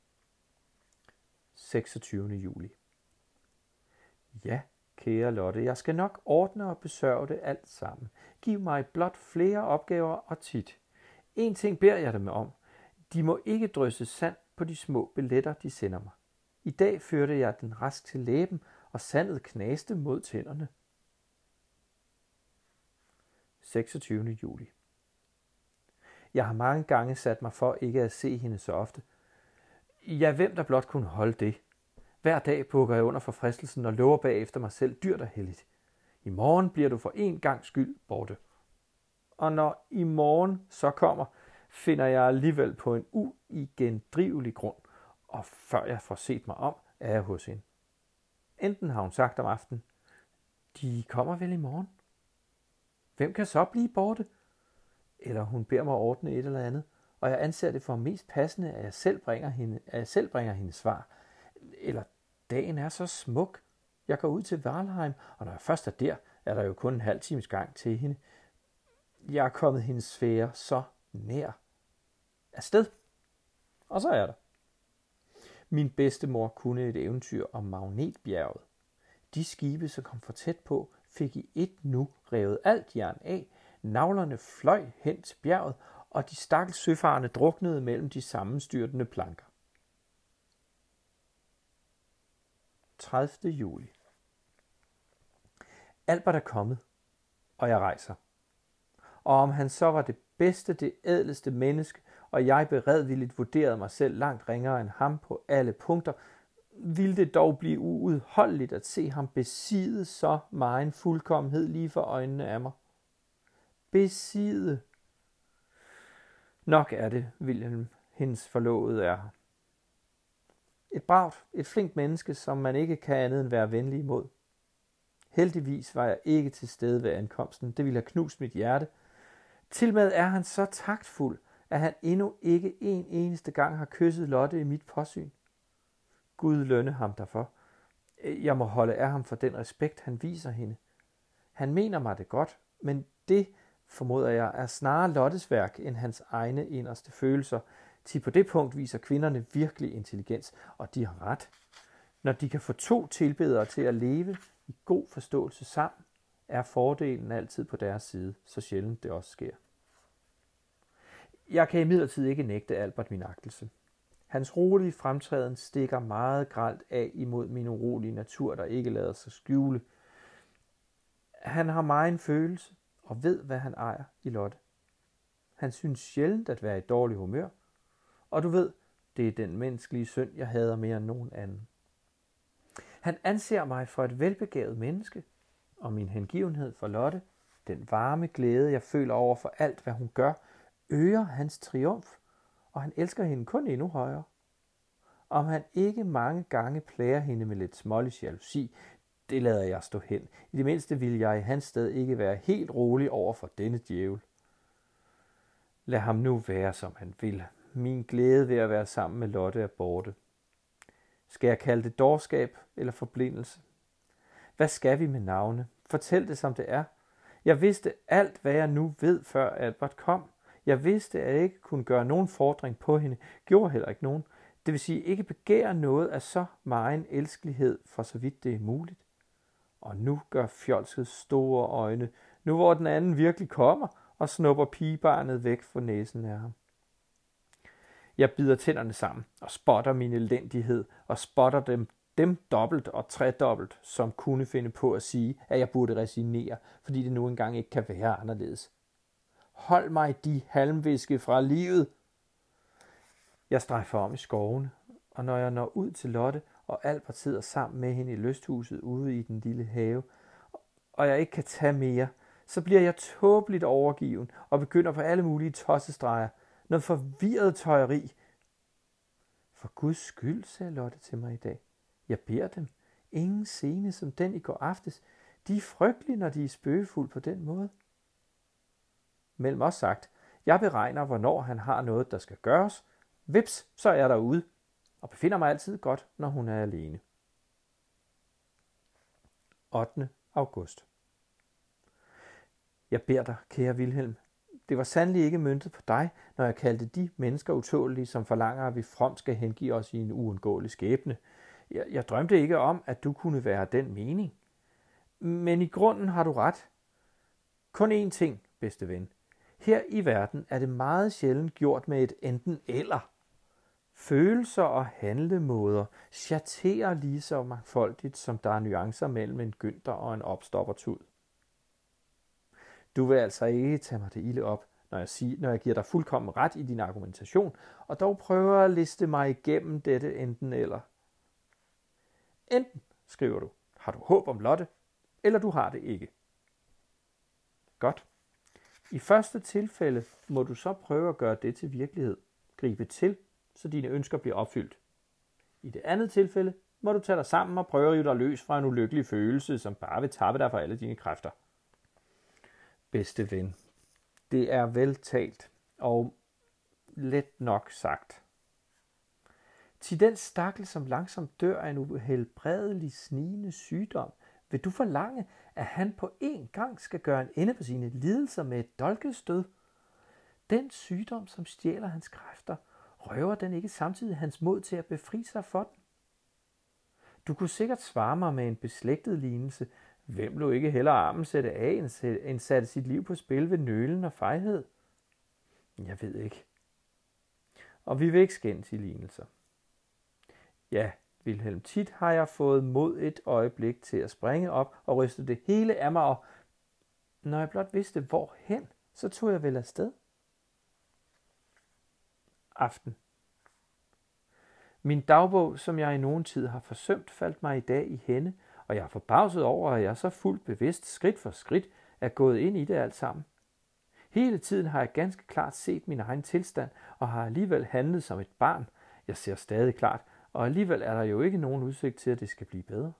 26. juli. Ja, kære Lotte, jeg skal nok ordne og besørge det alt sammen. Giv mig blot flere opgaver og tit. En ting beder jeg dem om. De må ikke drysse sand på de små billetter, de sender mig. I dag førte jeg den rask til læben, og sandet knaste mod tænderne. 26. juli. Jeg har mange gange sat mig for ikke at se hende så ofte. Ja, hvem der blot kunne holde det. Hver dag bukker jeg under for fristelsen og lover bagefter mig selv dyrt og helligt. I morgen bliver du for en gang skyld borte. Og når i morgen så kommer, finder jeg alligevel på en uigendrivelig grund, og før jeg får set mig om, er jeg hos hende. Enten har hun sagt om aftenen, de kommer vel i morgen. Hvem kan så blive borte? Eller hun beder mig ordne et eller andet, og jeg anser det for mest passende, at jeg selv bringer hende svar. Eller dagen er så smuk. Jeg går ud til Valheim, og når jeg først er der, er der jo kun en halv times gang til hende. Jeg er kommet hendes sfære så nær. Afsted. Og så er der. Min bedstemor kunne et eventyr om Magnetbjerget. De skibe, som kom for tæt på, fik i et nu revet alt jern af. Navlerne fløj hen til bjerget, og de stakkels søfarende druknede mellem de sammenstyrtende planker. 30. juli. Albert er kommet, og jeg rejser. Og om han så var det bedste, det ædleste menneske, og jeg beredvilligt vurderede mig selv langt ringere end ham på alle punkter, ville det dog blive uudholdeligt at se ham besidde så megen fuldkommenhed lige for øjnene af mig. Besidde. Nok er det, Wilhelm, hendes forlovede er her. Et bravt, et flinkt menneske, som man ikke kan andet end være venlig imod. Heldigvis var jeg ikke til stede ved ankomsten. Det ville have knust mit hjerte. Tilmed er han så taktfuld, at han endnu ikke en eneste gang har kysset Lotte i mit påsyn. Gud lønne ham derfor. Jeg må holde af ham for den respekt, han viser hende. Han mener mig det godt, men det, formoder jeg, er snarere Lottes værk end hans egne inderste følelser. Til på det punkt viser kvinderne virkelig intelligens, og de har ret. Når de kan få 2 tilbedere til at leve, i god forståelse sammen, er fordelen altid på deres side, så sjældent det også sker. Jeg kan imidlertid ikke nægte Albert min agtelse. Hans rolige fremtræden stikker meget grelt af imod min urolige natur, der ikke lader sig skjule. Han har megen følelse og ved, hvad han ejer i Lotte. Han synes sjældent at være i dårlig humør, og du ved, det er den menneskelige synd, jeg hader mere end nogen anden. Han anser mig for et velbegavet menneske, og min hengivenhed for Lotte, den varme glæde, jeg føler over for alt, hvad hun gør, øger hans triumf, og han elsker hende kun endnu højere. Om han ikke mange gange plager hende med lidt smålig jalousi, det lader jeg stå hen. I det mindste vil jeg i hans sted ikke være helt rolig over for denne djævel. Lad ham nu være, som han vil. Min glæde ved at være sammen med Lotte er borte. Skal jeg kalde det dårskab eller forblindelse? Hvad skal vi med navne? Fortæl det, som det er. Jeg vidste alt, hvad jeg nu ved, før Albert kom. Jeg vidste, at jeg ikke kunne gøre nogen fordring på hende. Gjorde heller ikke nogen. Det vil sige, ikke begære noget af så megen elskelighed, for så vidt det er muligt. Og nu gør fjolset store øjne, nu hvor den anden virkelig kommer, og snupper pigebarnet væk fra næsen af ham. Jeg bider tænderne sammen og spotter min elendighed og spotter dem dobbelt og tredobbelt, som kunne finde på at sige, at jeg burde resignere, fordi det nu engang ikke kan være anderledes. Hold mig de halmviske fra livet. Jeg strejfer om i skovene, og når jeg når ud til Lotte, og Albert sidder sammen med hende i lysthuset ude i den lille have, og jeg ikke kan tage mere, så bliver jeg tåbeligt overgiven og begynder på alle mulige tossestreger. Noget forvirret tøjeri. For Guds skyld, sagde Lotte til mig i dag. Jeg beder dem. Ingen scene som den i går aftes. De er frygtelige, når de er spøgefulde på den måde. Mellem os sagt, jeg beregner, hvornår han har noget, der skal gøres. Vips, så er jeg derude, og befinder mig altid godt, når hun er alene. 8. august. Jeg beder dig, kære Vilhelm. Det var sandelig ikke møntet på dig, når jeg kaldte de mennesker utålige, som forlanger, at vi fromt skal hengive os i en uundgåelig skæbne. Jeg drømte ikke om, at du kunne være den mening. Men i grunden har du ret. Kun én ting, bedste ven. Her i verden er det meget sjældent gjort med et enten eller. Følelser og handlemåder schatterer lige så mangfoldigt, som der er nuancer mellem en Günther og en opstoppertud. Du vil altså ikke tage mig det ilde op, når jeg giver dig fuldkommen ret i din argumentation, og dog prøver at liste mig igennem dette enten eller. Enten, skriver du, har du håb om Lotte, eller du har det ikke. Godt. I første tilfælde må du så prøve at gøre det til virkelighed. Gribe til, så dine ønsker bliver opfyldt. I det andet tilfælde må du tage dig sammen og prøve at rive dig løs fra en ulykkelig følelse, som bare vil tappe dig for alle dine kræfter. Bedste ven, det er vel talt og let nok sagt. Til den stakkel, som langsomt dør af en uhelbredelig snigende sygdom, vil du forlange, at han på én gang skal gøre en ende på sine lidelser med et dolkestød? Den sygdom, som stjæler hans kræfter, røver den ikke samtidig hans mod til at befri sig for den? Du kunne sikkert svare mig med en beslægtet lignelse. Hvem lå ikke hellere armen sætte af, end satte sit liv på spil ved nølen og fejhed? Jeg ved ikke. Og vi vil ikke skændes i lignelser. Ja, Vilhelm, tit har jeg fået mod et øjeblik til at springe op og ryste det hele af mig, og når jeg blot vidste hvorhen, så tog jeg vel afsted. Aften. Min dagbog, som jeg i nogen tid har forsømt, faldt mig i dag i hænde, og jeg er forbavset over, at jeg så fuldt bevidst, skridt for skridt, er gået ind i det alt sammen. Hele tiden har jeg ganske klart set min egen tilstand, og har alligevel handlet som et barn. Jeg ser stadig klart, og alligevel er der jo ikke nogen udsigt til, at det skal blive bedre.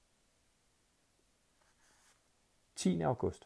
10. august.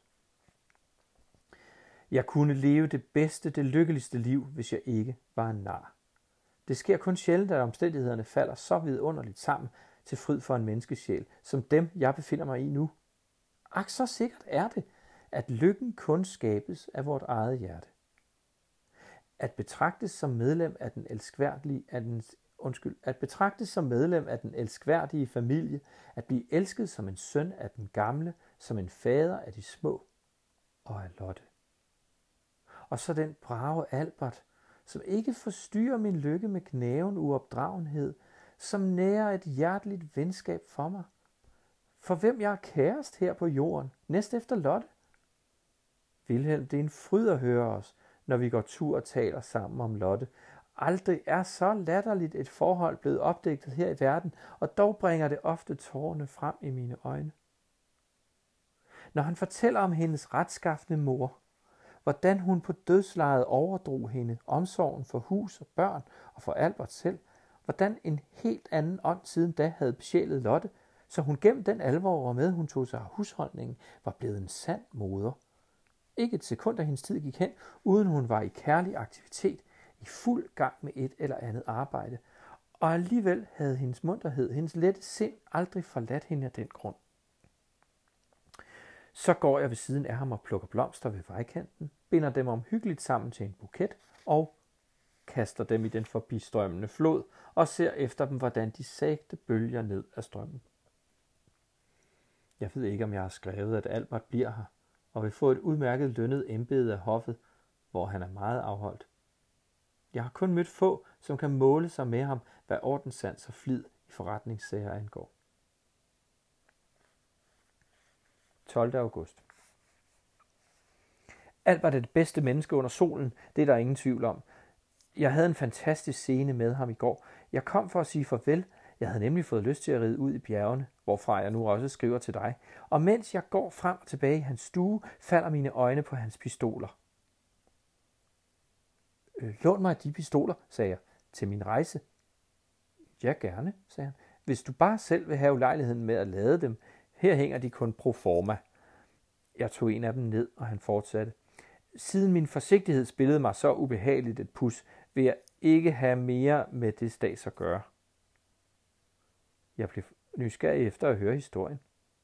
Jeg kunne leve det bedste, det lykkeligste liv, hvis jeg ikke var en nar. Det sker kun sjældent, at omstændighederne falder så vidunderligt sammen til fryd for en menneskesjæl, som dem, jeg befinder mig i nu. Ak, så sikkert er det, at lykken kun skabes af vort eget hjerte. At betragtes som medlem af den elskværdige, af den at betragtes som medlem af den elskværdige familie, at blive elsket som en søn af den gamle, som en fader af de små og af Lotte. Og så den brave Albert, som ikke forstyrrer min lykke med gnaven uopdragenhed, som nærer et hjerteligt venskab for mig, for hvem jeg er kærest her på jorden, næst efter Lotte. Vilhelm, det er en fryd at høre os, når vi går tur og taler sammen om Lotte. Aldrig er så latterligt et forhold blevet opdigtet her i verden, og dog bringer det ofte tårerne frem i mine øjne. Når han fortæller om hendes retskaffende mor, hvordan hun på dødslejet overdrog hende omsorgen for hus og børn og for Albert selv, hvordan en helt anden ånd siden da havde besjælet Lotte, så hun gennem den alvor, hvormed hun tog sig af husholdningen, var blevet en sand moder. Ikke et sekund af hendes tid gik hen, uden hun var i kærlig aktivitet, i fuld gang med et eller andet arbejde, og alligevel havde hendes munterhed, hendes lette sind aldrig forladt hende af den grund. Så går jeg ved siden af ham og plukker blomster ved vejkanten, binder dem omhyggeligt sammen til en buket og kaster dem i den forbistrømmende flod og ser efter dem, hvordan de sagte bølger ned af strømmen. Jeg ved ikke, om jeg har skrevet, at Albert bliver her og vil få et udmærket lønnet embede af hoffet, hvor han er meget afholdt. Jeg har kun mødt få, som kan måle sig med ham, hvad ordenssans og flid i forretningssager angår. 12. august. Albert er det bedste menneske under solen, det er der ingen tvivl om. Jeg havde en fantastisk scene med ham i går. Jeg kom for at sige farvel. Jeg havde nemlig fået lyst til at ride ud i bjergene, hvorfra jeg nu også skriver til dig. Og mens jeg går frem og tilbage i hans stue, falder mine øjne på hans pistoler. Lån mig de pistoler, sagde jeg, til min rejse. Ja, gerne, sagde han. Hvis du bare selv vil have ulejligheden med at lade dem, her hænger de kun pro forma. Jeg tog en af dem ned, og han fortsatte. Siden min forsigtighed spillede mig så ubehageligt et pus, vil jeg ikke have mere med det stads at gøre. Jeg blev nysgerrig efter at høre historien.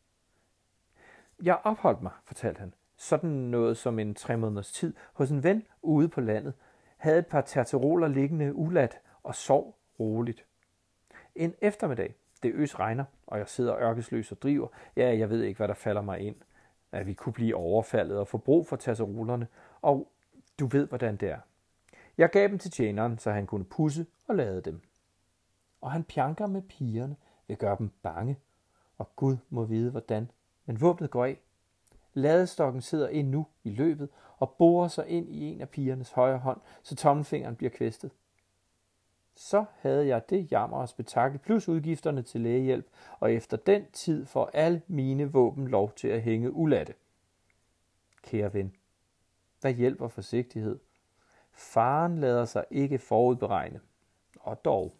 Jeg opholdt mig, fortalte han, sådan noget som en 3 måneders tid, hos en ven ude på landet, havde et par terteroler liggende uladt og sov roligt. En eftermiddag, det øs regner, og jeg sidder ørkesløs og driver. Ja, jeg ved ikke, hvad der falder mig ind. At vi kunne blive overfaldet og få brug for terterolerne, og du ved, hvordan det er. Jeg gav dem til tjeneren, så han kunne pusse og lade dem. Og han pjanker med pigerne, vil gøre dem bange, og Gud må vide, hvordan. Men våbnet går af. Ladestokken sidder endnu i løbet og borer sig ind i en af pigernes højre hånd, så tommelfingeren bliver kvæstet. Så havde jeg det jammer og spektakel plus udgifterne til lægehjælp, og efter den tid får alle mine våben lov til at hænge uladte. Kære ven, hvad hjælper forsigtighed? Faren lader sig ikke forudberegne. Og dog.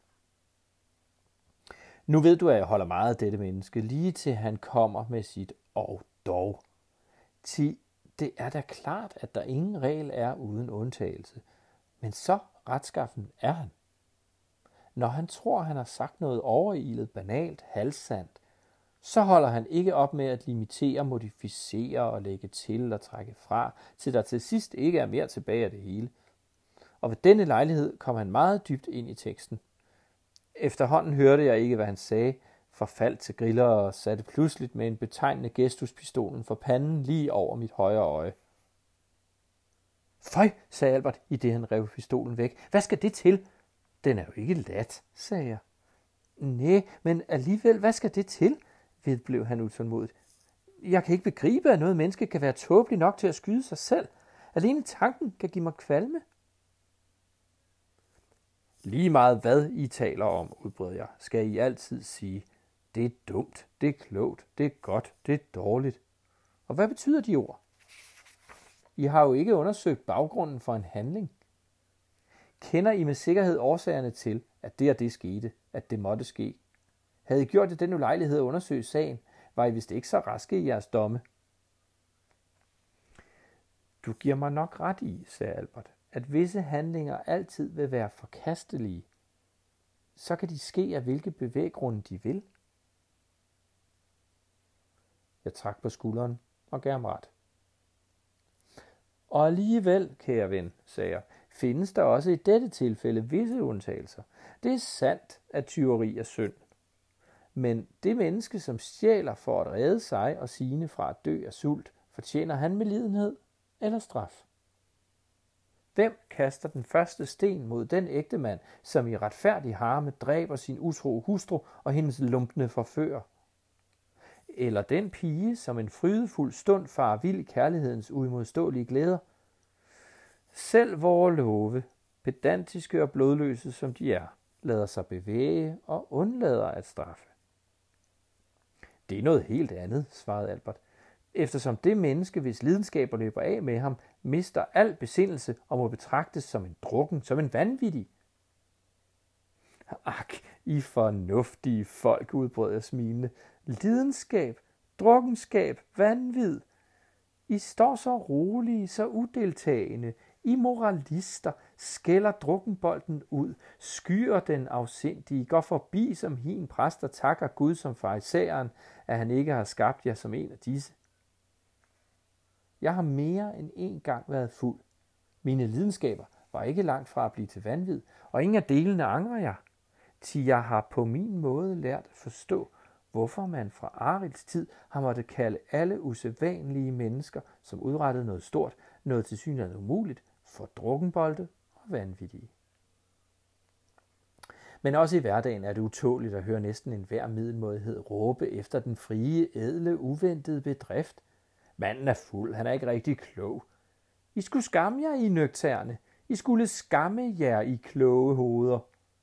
Nu ved du, at jeg holder meget af dette menneske, lige til han kommer med sit og dog. Det er da klart, at der ingen regel er uden undtagelse. Men så retskaffen er han. Når han tror, han har sagt noget overilet, banalt, halssandt, så holder han ikke op med at limitere, modificere og lægge til og trække fra, til der til sidst ikke er mere tilbage af det hele. Og ved denne lejlighed kom han meget dybt ind i teksten. Efterhånden hørte jeg ikke, hvad han sagde, forfaldt til griller og satte pludseligt med en betegnende gestus pistolen for panden lige over mit højre øje. Føj, sagde Albert, i det han rev pistolen væk. Hvad skal det til? Den er jo ikke lat, sagde jeg. Næh, men alligevel, hvad skal det til? Vedblev han utålmodigt. Jeg kan ikke begribe, at noget menneske kan være tåbelig nok til at skyde sig selv. Alene tanken kan give mig kvalme. Lige meget hvad I taler om, udbrød jeg, skal I altid sige, det er dumt, det er klogt, det er godt, det er dårligt. Og hvad betyder de ord? I har jo ikke undersøgt baggrunden for en handling. Kender I med sikkerhed årsagerne til, at det og det skete, at det måtte ske? Havde I gjort det den ulejlighed at undersøge sagen, var I vist ikke så raske i jeres domme. Du giver mig nok ret i, sagde Albert, at visse handlinger altid vil være forkastelige. Så kan de ske af hvilke bevæggrunde de vil. Jeg trak på skulderen og gav ham ret. Og alligevel, kære ven, sagde jeg, findes der også i dette tilfælde visse undtagelser. Det er sandt, at tyveri er synd. Men det menneske, som stjæler for at redde sig og sine fra at dø af sult, fortjener han medlidenhed eller straf? Hvem kaster den første sten mod den ægtemand, som i retfærdig harme dræber sin utro hustru og hendes lumpne forfører? Eller den pige, som en frydefuld stund farer vild i kærlighedens uimodståelige glæder? Selv vore love, pedantiske og blodløse som de er, lader sig bevæge og undlader at straffe. Det er noget helt andet, svarede Albert, eftersom det menneske, hvis lidenskaber løber af med ham, mister al besindelse og må betragtes som en drukken, som en vanvittig. Ak, I fornuftige folk, udbrød jeg smilende. Lidenskab, drukkenskab, vanvid. I står så rolige, så udeltagende. I moralister skælder drukkenbolden ud, skyer den afsindige, går forbi som hin præst og takker Gud som farisæeren, at han ikke har skabt jer som en af disse. Jeg har mere end en gang været fuld. Mine lidenskaber var ikke langt fra at blive til vanvid, og ingen af delene angrer jeg. Til jeg har på min måde lært at forstå, hvorfor man fra Arilds tid har måttet kalde alle usædvanlige mennesker, som udrettede noget stort, noget tilsyneladende umuligt, for drukkenbolde og vanvittige. Men også i hverdagen er det utåligt at høre næsten enhver middelmådighed råbe efter den frie, ædle, uventede bedrift. Manden er fuld, han er ikke rigtig klog. I skulle skamme jer, I nøgterne. I skulle skamme jer, I kloge hoveder.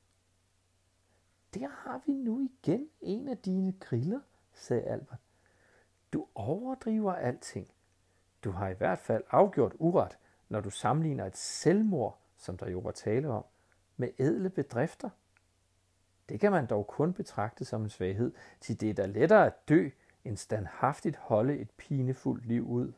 Der har vi nu igen en af dine griller, sagde Albert. Du overdriver alting. Du har i hvert fald afgjort uret, når du sammenligner et selvmord, som der jo var tale om, med ædle bedrifter. Det kan man dog kun betragte som en svaghed, til det er da lettere at dø, end standhaftigt holde et pinefuldt liv ud.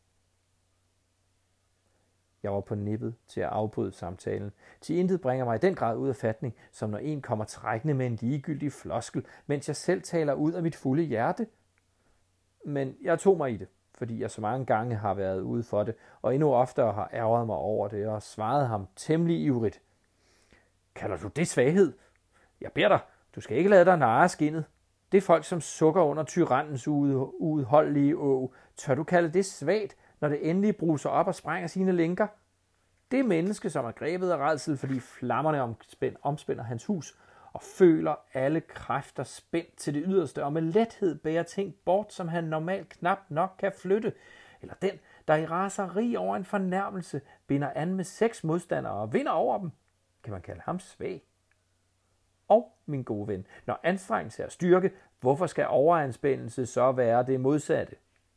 Jeg var på nippet til at afbryde samtalen, til intet bringer mig i den grad ud af fatning, som når en kommer trækkende med en ligegyldig floskel, mens jeg selv taler ud af mit fulde hjerte. Men jeg tog mig i det, fordi jeg så mange gange har været ude for det, og endnu oftere har ærget mig over det, og svarede ham temmelig ivrigt. Kalder du det svaghed? Jeg beder dig, du skal ikke lade dig narre skindet. Det er folk, som sukker under tyrannens uudholdelige åg. Tør du kalde det svagt, når det endelig bruser op og sprænger sine lænker? Det menneske, som er grebet af rædsel, fordi flammerne omspænder hans hus, og føler alle kræfter spændt til det yderste, og med lethed bærer ting bort, som han normalt knap nok kan flytte. Eller den, der i raseri over en fornærmelse binder an med 6 modstandere og vinder over dem. Kan man kalde ham svag? Og, min gode ven, når anstrengelse er styrke, hvorfor skal overanspændelse så være det modsatte?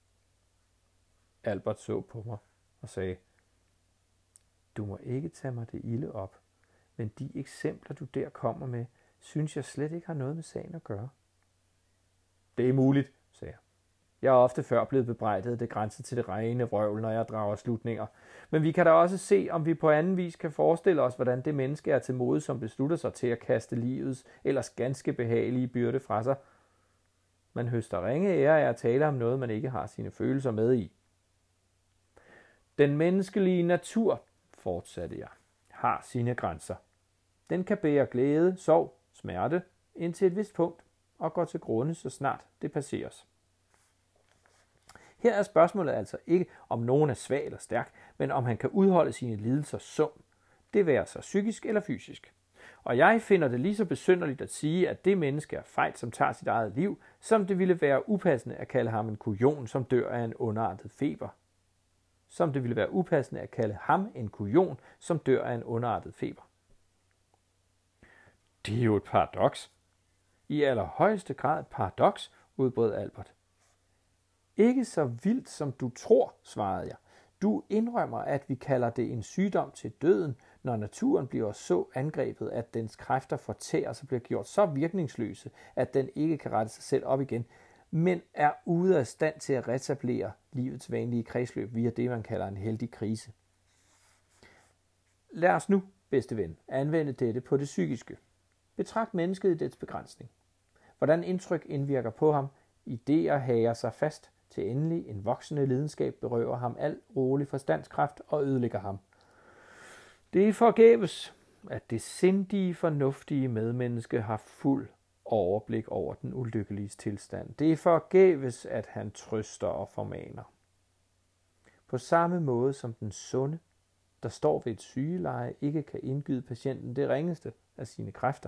Albert så på mig og sagde, du må ikke tage mig det ilde op, men de eksempler, du der kommer med, synes jeg slet ikke har noget med sagen at gøre. Det er muligt, sagde jeg. Jeg er ofte før blevet bebrejdet, det grænser til det rene vrøvl, når jeg drager slutninger. Men vi kan da også se, om vi på anden vis kan forestille os, hvordan det menneske er til mode, som beslutter sig til at kaste livets ellers ganske behagelige byrde fra sig. Man høster ringe ære af at tale om noget, man ikke har sine følelser med i. Den menneskelige natur, fortsatte jeg, har sine grænser. Den kan bære glæde, sorg, smerte, indtil et vist punkt, og går til grunde, så snart det passeres. Her er spørgsmålet altså ikke, om nogen er svag eller stærk, men om han kan udholde sine lidelser sum, det være sig psykisk eller fysisk. Og jeg finder det lige så besynderligt at sige, at det menneske er fejt, som tager sit eget liv, som det ville være upassende at kalde ham en kujon, som dør af en underartet feber. Som det ville være upassende at kalde ham en kujon, som dør af en underartet feber. Det er jo et paradoks. I allerhøjeste grad et paradoks, udbrød Albert. Ikke så vildt, som du tror, svarede jeg. Du indrømmer, at vi kalder det en sygdom til døden, når naturen bliver så angrebet, at dens kræfter fortæres og bliver gjort så virkningsløse, at den ikke kan rette sig selv op igen, men er ude af stand til at retablere livets vanlige kredsløb via det, man kalder en heldig krise. Lad os nu, bedste ven, anvende dette på det psykiske. Betragt mennesket i dets begrænsning. Hvordan indtryk indvirker på ham, idéer hager sig fast, til endelig en voksende lidenskab berøver ham al rolig forstandskraft og ødelægger ham. Det er forgæves, at det sindige, fornuftige medmenneske har fuld overblik over den ulykkelige tilstand. Det er forgæves, at han trøster og formaner. På samme måde som den sunde, der står ved et sygeleje, ikke kan indgyde patienten det ringeste af sine kræfter.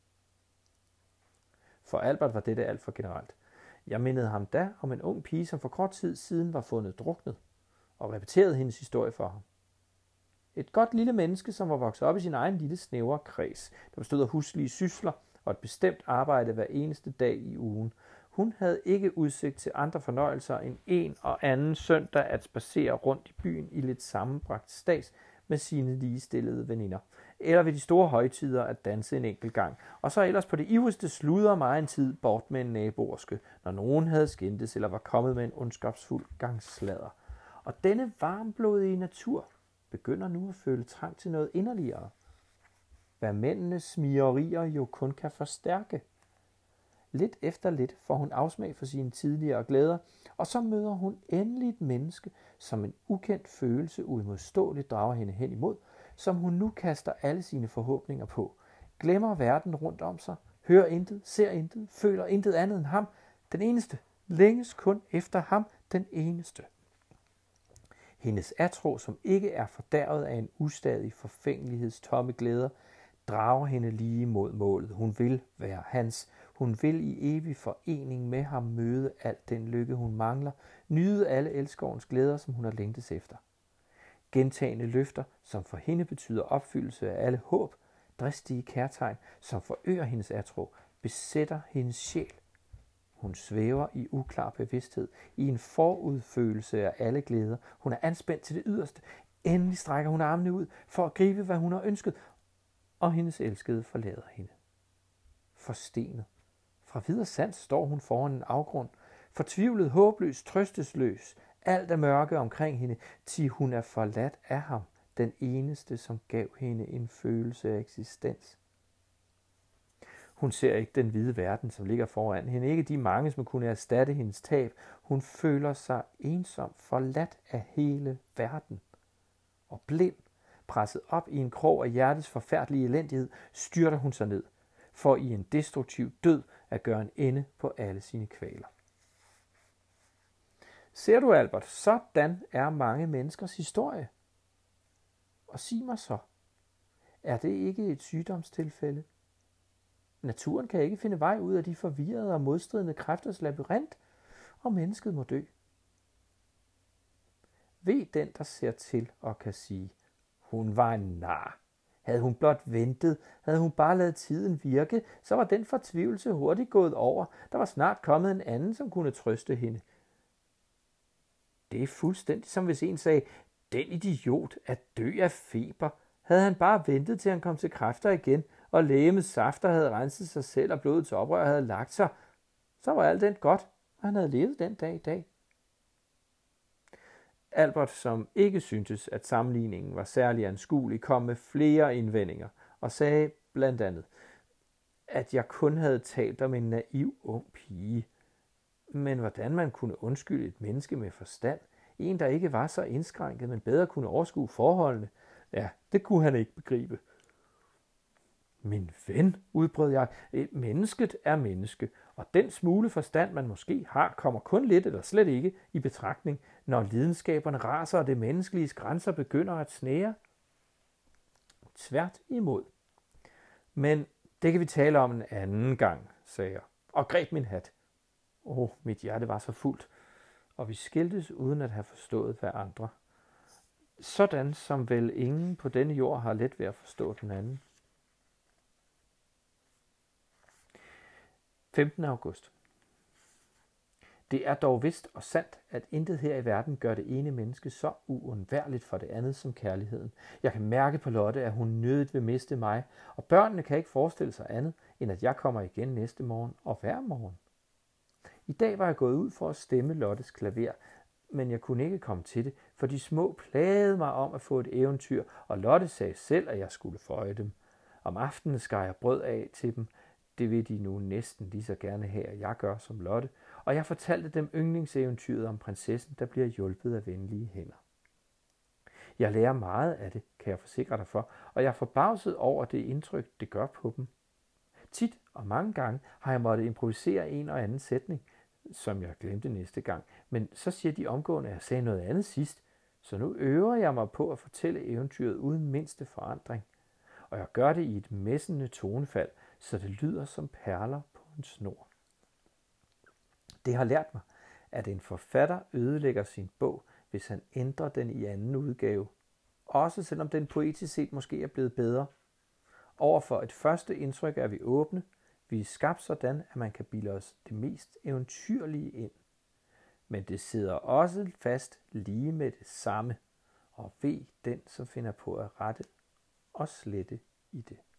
For Albert var dette alt for generelt. Jeg mindede ham da om en ung pige, som for kort tid siden var fundet druknet, og repeterede hendes historie for ham. Et godt lille menneske, som var vokset op i sin egen lille snævre kreds, der bestod af huslige sysler og et bestemt arbejde hver eneste dag i ugen. Hun havde ikke udsigt til andre fornøjelser end en og anden søndag at spacere rundt i byen i lidt sammenbragt stads med sine ligestillede veninder, eller ved de store højtider at danse en enkelt gang, og så ellers på det ivrigste sludre meget en tid bort med en naboerske, når nogen havde skændtes eller var kommet med en ondskabsfuld gang sladder. Og denne varmblodige natur begynder nu at føle trang til noget inderligere, hvad mændenes smigerier jo kun kan forstærke. Lidt efter lidt får hun afsmag for sine tidligere glæder, og så møder hun endelig et menneske, som en ukendt følelse uimodståeligt drager hende hen imod, som hun nu kaster alle sine forhåbninger på, glemmer verden rundt om sig, hører intet, ser intet, føler intet andet end ham, den eneste, længes kun efter ham, den eneste. Hendes atro, som ikke er fordærvet af en ustadig forfængelighedstomme glæder, drager hende lige mod målet. Hun vil være hans. Hun vil i evig forening med ham møde alt den lykke, hun mangler, nyde alle elskovens glæder, som hun har længtes efter. Gentagende løfter, som for hende betyder opfyldelse af alle håb, dristige kærtegn, som forøger hendes atro, besætter hendes sjæl. Hun svæver i uklar bevidsthed, i en forudfølelse af alle glæder. Hun er anspændt til det yderste. Endelig strækker hun armene ud for at gribe, hvad hun har ønsket, og hendes elskede forlader hende. Forstenet. Fra videre sans står hun foran en afgrund, fortvivlet, håbløs, trøstesløs. Alt er mørke omkring hende, til hun er forladt af ham, den eneste, som gav hende en følelse af eksistens. Hun ser ikke den hvide verden, som ligger foran hende, ikke de mange, som kunne erstatte hendes tab. Hun føler sig ensom, forladt af hele verden. Og blind, presset op i en krog af hjertets forfærdelige elendighed, styrter hun sig ned, for i en destruktiv død at gøre en ende på alle sine kvaler. Ser du, Albert, sådan er mange menneskers historie. Og sig mig så, er det ikke et sygdomstilfælde? Naturen kan ikke finde vej ud af de forvirrede og modstridende kræfters labyrint, og mennesket må dø. Ved den, der ser til og kan sige, hun var en nar. Havde hun blot ventet, havde hun bare ladet tiden virke, så var den fortvivlelse hurtigt gået over. Der var snart kommet en anden, som kunne trøste hende. Det er fuldstændig som hvis en sagde, den idiot at dø af feber. Havde han bare ventet til han kom til kræfter igen, og legemets safter havde renset sig selv, og blodets oprør havde lagt sig, så var alt den godt, og han havde levet den dag i dag. Albert, som ikke syntes, at sammenligningen var særlig anskuelig, kom med flere indvendinger og sagde blandt andet, at jeg kun havde talt om en naiv ung pige. Men hvordan man kunne undskylde et menneske med forstand, en der ikke var så indskrænket, men bedre kunne overskue forholdene, ja, det kunne han ikke begribe. Min ven, udbrød jeg, mennesket er menneske, og den smule forstand, man måske har, kommer kun lidt eller slet ikke i betragtning, når lidenskaberne raser, og det menneskelige grænser begynder at snære. Tvært imod. Men det kan vi tale om en anden gang, sagde jeg, og greb min hat. Mit hjerte var så fuldt, og vi skiltes uden at have forstået hver andre. Sådan som vel ingen på denne jord har let ved at forstå den anden. 15. august. Det er dog vist og sandt, at intet her i verden gør det ene menneske så uundværligt for det andet som kærligheden. Jeg kan mærke på Lotte, at hun nødigt vil miste mig, og børnene kan ikke forestille sig andet, end at jeg kommer igen næste morgen og hver morgen. I dag var jeg gået ud for at stemme Lottes klaver, men jeg kunne ikke komme til det, for de små plagede mig om at få et eventyr, og Lotte sagde selv, at jeg skulle føje dem. Om aftenen skar jeg brød af til dem. Det vil de nu næsten lige så gerne have, at jeg gør som Lotte, og jeg fortalte dem yndlingseventyret om prinsessen, der bliver hjulpet af venlige hænder. Jeg lærer meget af det, kan jeg forsikre dig for, og jeg er forbavset over det indtryk, det gør på dem. Tit og mange gange har jeg måttet improvisere en og anden sætning, som jeg glemte næste gang, men så siger de omgående, at jeg sagde noget andet sidst, så nu øver jeg mig på at fortælle eventyret uden mindste forandring, og jeg gør det i et messende tonefald, så det lyder som perler på en snor. Det har lært mig, at en forfatter ødelægger sin bog, hvis han ændrer den i anden udgave, også selvom den poetisk set måske er blevet bedre. Overfor et første indtryk er vi åbne. Vi er skabt sådan, at man kan bilde os det mest eventyrlige ind. Men det sidder også fast lige med det samme, og ved den, som finder på at rette og slette i det.